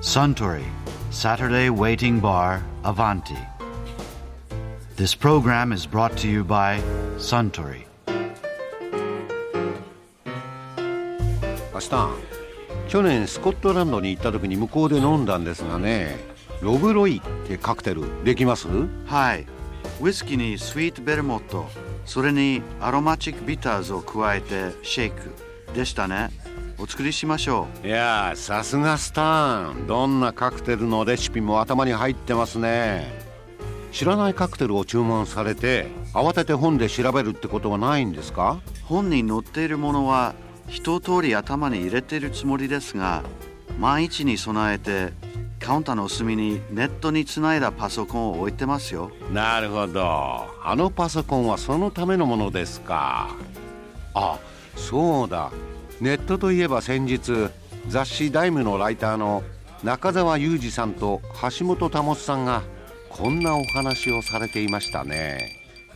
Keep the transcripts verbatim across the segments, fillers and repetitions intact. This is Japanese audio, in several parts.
Suntory Saturday Waiting Bar Avanti. This program is brought to you by Suntory. アスタン、去年スコットランドに行った時に向こうで飲んだんですがね、ロブロイってカクテルできます？ はい。ウイスキーにスイートベルモット、それにアロマチックビターズを加えてシェイクでしたね。お作りしましょう。 いやー、さすがスタン、どんなカクテルのレシピも頭に入ってますね。知らないカクテルを注文されて慌てて本で調べるってことはないんですか？ 本に載っているものは一通り頭に入れているつもりですが、万一に備えてカウンターの隅にネットにつないだパソコンを置いてますよ。 なるほど、あのパソコンはそのためのものですか。あ、そうだ、ネットといえば先日雑誌ダイムのライターの中澤裕二さんと橋本保さんがこんなお話をされていましたね。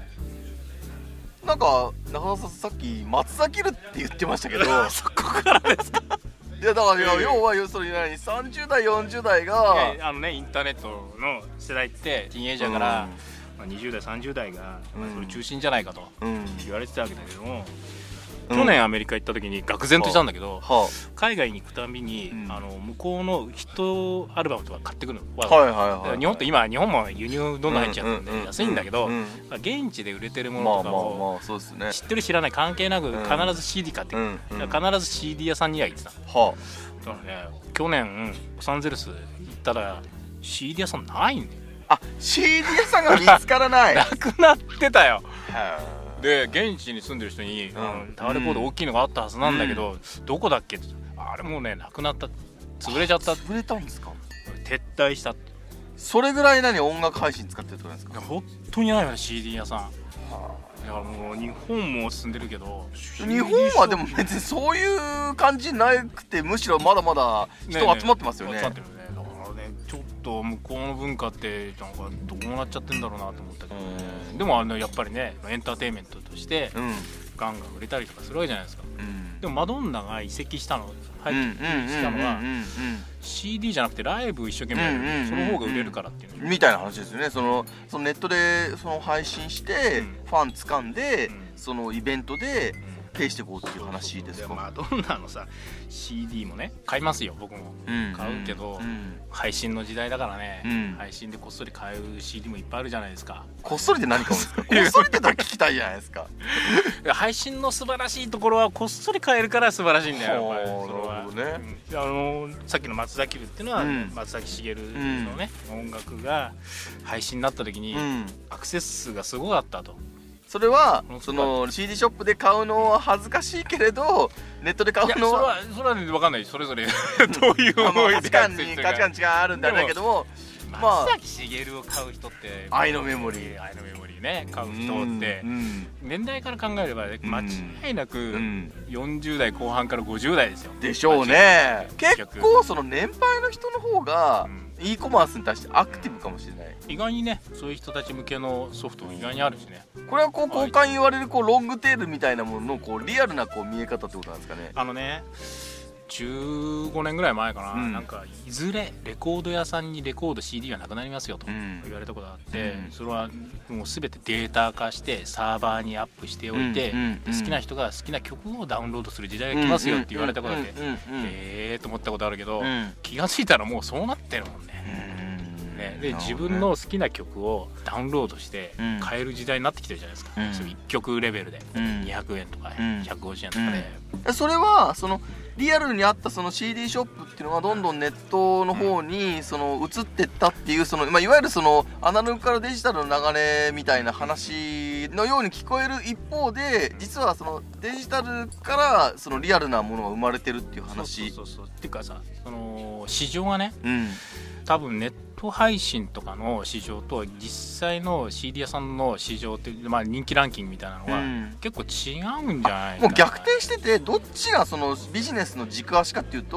なんか中澤さんさっき松崎るって言ってましたけどそこからですか？ いやだから、いや要は要するに何さんじゅう代よんじゅう代がいやあのね、インターネットの世代ってティーンエイジャーから、うんまあ、にじゅう代さんじゅう代が、うん、それ中心じゃないかと言われてたわけだけども、うん、去年アメリカ行った時に愕然としたんだけど、はあ、海外に行くたびに、うん、あの向こうのヒットアルバムとか買ってくるの、はいはいはい、日本って今日本も輸入どんどん入っちゃってるんで安いんだけど、うんうんうん、現地で売れてるものとかを知ってる知らない関係なく必ず シーディー 買ってくる、うんうん、必ず シーディー 屋さんには行ってた、はあ、だからね、去年ロサンゼルス行ったら シーディー 屋さんないんだよ。 あ、シーディー 屋さんが見つからないなくなってたよ。で現地に住んでる人に、うん、タワーレコード大きいのがあったはずなんだけど、うん、どこだっけって、あれもうねなくなった、潰れちゃった。 潰れたんですか？ 撤退した。 それぐらい何音楽配信使ってるってことですか？ 本当にないよね シーディー 屋さん。はあ、いやもう日本も進んでるけど、 日本はでも別にそういう感じなくて、むしろまだまだ人集まってますよね。 集まってるね。だからね、ちょっと向こうの文化ってなんかどうなっちゃってんだろうなと思ったけど、ね、でもあのやっぱりねエンターテインメントとしてガンガン売れたりとかするわけじゃないですか、うん、でもマドンナが移籍したの入ってしたのは シーディー じゃなくてライブ一生懸命やる、うんうんうんうん、その方が売れるからっていうみたいな話ですよね。そのそのネットでその配信してファン掴んで、うん、そのイベントでペイしていこうっていう話ですか？ マドンナのさ シーディー もね買いますよ、僕も、うん、買うけど、うん、配信の時代だからね、うん、配信でこっそり買う シーディー もいっぱいあるじゃないですか。 こっそりって何買うんですか？こっそりって言ったら聞きたいじゃないですか配信の素晴らしいところはこっそり買えるから素晴らしいんだよ。やっぱりそれは、なるほどね、うん、あのさっきの松崎るっていうのは、うん、松崎しげるのね、うん、音楽が配信になった時に、うん、アクセス数がすごかったと。 それはその シーディー ショップで買うのは恥ずかしいけれどネットで買うのは、 いやそれはそれはね分かんない、それぞれどういう思いで価値観に価値観違いあるんだけども、 まあ松崎しげるを買う人って愛のメモリー愛のメモリーね買う人って年代から考えれば間違いなくよんじゅう代後半からごじゅう代ですよ。 でしょうね。結構その年配の人の方が e コマースに対してアクティブかもしれない。 意外にね、そういう人たち向けのソフトも意外にあるしね。 これはこう交換言われるこうロングテールみたいなもののこうリアルなこう見え方ってことなんですかね。 あのね、じゅうごねんぐらい前かな、うん、なんかいずれレコード屋さんにレコード シーディー はなくなりますよと言われたことがあって、うん、それはもう全てデータ化してサーバーにアップしておいて、うんうん、で好きな人が好きな曲をダウンロードする時代が来ますよって言われたことだけえーと思ったことあるけど、うん、気がついたらもうそうなってるもんね。ね、で自分の好きな曲をダウンロードして買える時代になってきてるじゃないですか、うん、それいっきょくレベルでにひゃくえんとかひゃくごじゅうえんとかで、 うん、それはそのリアルにあったその シーディー ショップっていうのがどんどんネットの方にその移ってったっていうその、まあ、いわゆるそのアナログからデジタルの流れみたいな話のように聞こえる一方で、実はそのデジタルからそのリアルなものが生まれてるっていう話。 そうそうそうそうっていうかさ、その市場がね、うん、多分ネット配信とかの市場と実際の シーディー 屋さんの市場って、まあ、人気ランキングみたいなのが結構違うんじゃないかな、 うん、もう逆転してて、どっちがそのビジネスの軸足かっていうと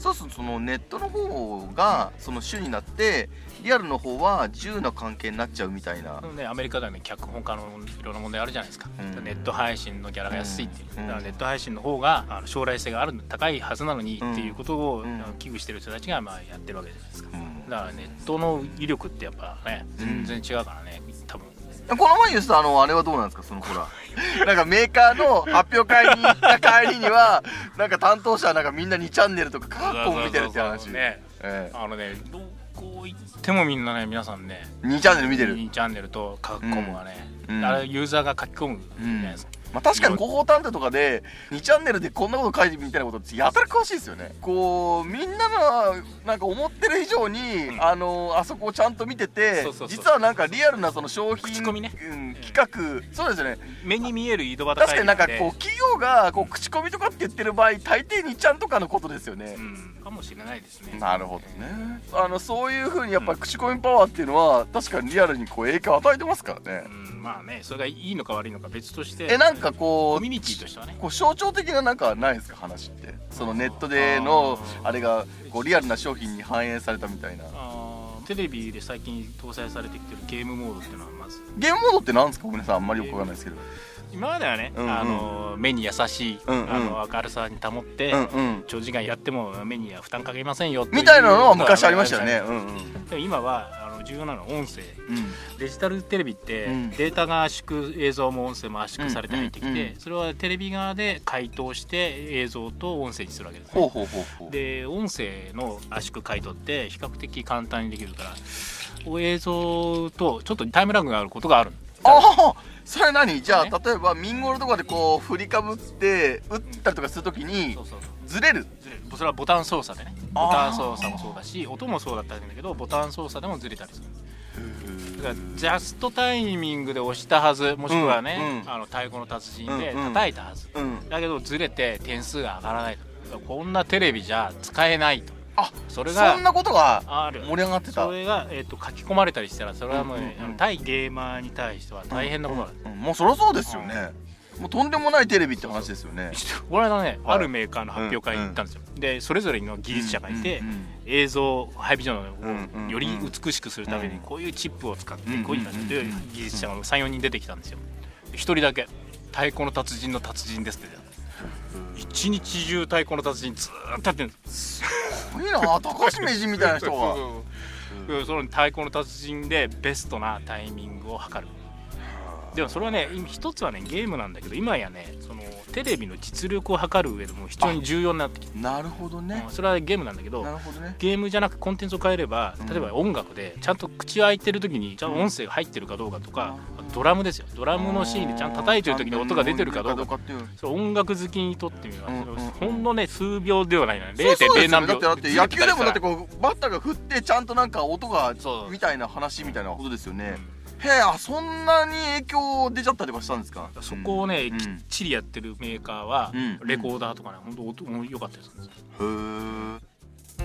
そうするとそのネットの方がその主になってリアルの方は自由な関係になっちゃうみたいな、 ね、アメリカではね脚本家のいろんな問題あるじゃないですか、うん、ネット配信のギャラが安いっていう、うん、だからネット配信の方があの将来性がある高いはずなのにっていうことを、うん、危惧してる人たちがまあやってるわけじゃないですか、うん、だからネットの威力ってやっぱね全然違うからね、多分この前言うとあのあれはどうなんですか、そのほらなんかメーカーの発表会に行った帰りにはなんか担当者はなんかみんなにチャンネルとかカーコン見てるって話。 そうそうそうね、ええ、あのねどこ行ってもみんなね皆さんねにチャンネル見てる。 にチャンネルと書き込むがね、うん、あれユーザーが書き込むじゃないですか、 まあ、確かに広報探偵とかでにチャンネルでこんなこと書いてみたいなことってやたら詳しいですよね。こうみんなのなんか思ってる以上に、うん、あのあそこをちゃんと見てて、そうそうそう、実はなんかリアルなその商品口コミね、 うん、企画、うん、そうですよね、 目に見える井戸端確かになんかこう企業がこう口コミとかって言ってる場合大抵にちゃんとかのことですよね、 うん、かもしれないですね。 なるほどね。あのそういう風にやっぱり口コミパワーっていうのは確かにリアルにこう影響を与えてますからね、 うん、まあねそれがいいのか悪いのか別として、 えなんかこうコミュニティとしてはねこう象徴的ななんかないですか話って、そのネットでのあれがこうリアルな商品に反映されたみたいな。 あテレビで最近搭載されてきてるゲームモードっていうのはまずゲームモードってなんですか、ごめんなさいあんまりよくわかんないですけど。 今まではね、うんうん、あの目に優しい、うんうん、あの明るさに保って、うんうん、長時間やっても目には負担かけませんよみたいなのは昔ありましたよね、うんうん、 でも今はあの重要なのは音声、うん、デジタルテレビって、うん、データが圧縮映像も音声も圧縮されて入ってきて、うんうんうん、それはテレビ側で解凍して映像と音声にするわけですね。 ほうほうほうほう。 で音声の圧縮解凍って比較的簡単にできるから映像とちょっとタイムラグがあることがある。 ああそれ何じゃあ、ね、例えばミンゴルとかでこう振りかぶって打ったりとかするときにずれるずれるそれはボタン操作でね、ボタン操作もそうだし音もそうだったんだけどボタン操作でもずれたりする。だからジャストタイミングで押したはず、もしくはね、うんうん、あの太鼓の達人で叩いたはず、うんうん、だけどずれて点数が上がらないと、こんなテレビじゃ使えないと。 あそれがそんなことが盛り上がってた。 それが、えー、と書き込まれたりしたらそれはもう、うんうんうん、対ゲーマーに対しては大変なことなんです、 うんうん、もうそりゃそうですよね、うん、もうとんでもないテレビって話ですよね。 この間ね、はい、あるメーカーの発表会に行ったんですよ、うんうん、でそれぞれの技術者がいて、うんうんうん、映像ハイビジョンをより美しくするためにこういうチップを使ってこういう技術者が さん,よ 人出てきたんですよ。ひとりだけ太鼓の達人の達人ですって一日中太鼓の達人ずーっとやってるんです。 すごいな高橋名人みたいな人がそうそうそう、その太鼓の達人でベストなタイミングを測る。でもそれはね一つはねゲームなんだけど今やねそのテレビの実力を測る上でも非常に重要になってきて。 なるほどね、 うん、それはゲームなんだけど、 なるほど、ね、 ゲームじゃなくコンテンツを変えれば、例えば音楽でちゃんと口開いてる時にちゃんと音声が入ってるかどうかとか、うん、ドラムですよ、ドラムのシーンでちゃんと叩いてる時に音が出てるかどうかっていう、それ音楽好きにとってみれば、うんうん、ほんのね数秒ではないのね、 ゼロてんゼロ 何秒。 だって野球でもだってこうバッターが振ってちゃんとなんか音がみたいな話みたいなことですよね、うんへえ、あそんなに影響出ちゃったりとかしたんですか。 そこをね、うん、きっちりやってるメーカーは、うん、レコーダーとかね、うん、本当音良かったりするんですよ。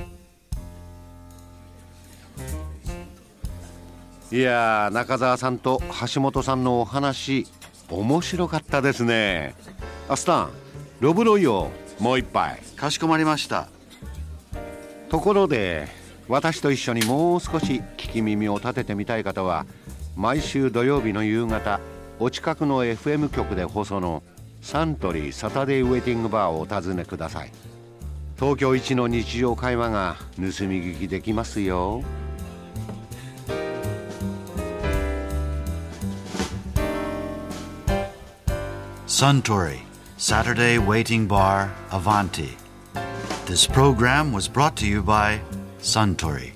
へえ。いやー、中澤さんと橋本さんのお話面白かったですね。アスタンロブロイをもう一杯。 かしこまりました。 ところで私と一緒にもう少し聞き耳を立ててみたい方は毎週土曜日の夕方お近くの エフエム 局で放送のサントリーサタデーウェイティングバーをお尋ねください。東京一の日常会話が盗み聞きできますよ。 Suntory Saturday Waiting Bar Avanti. This program was brought to you by Suntory.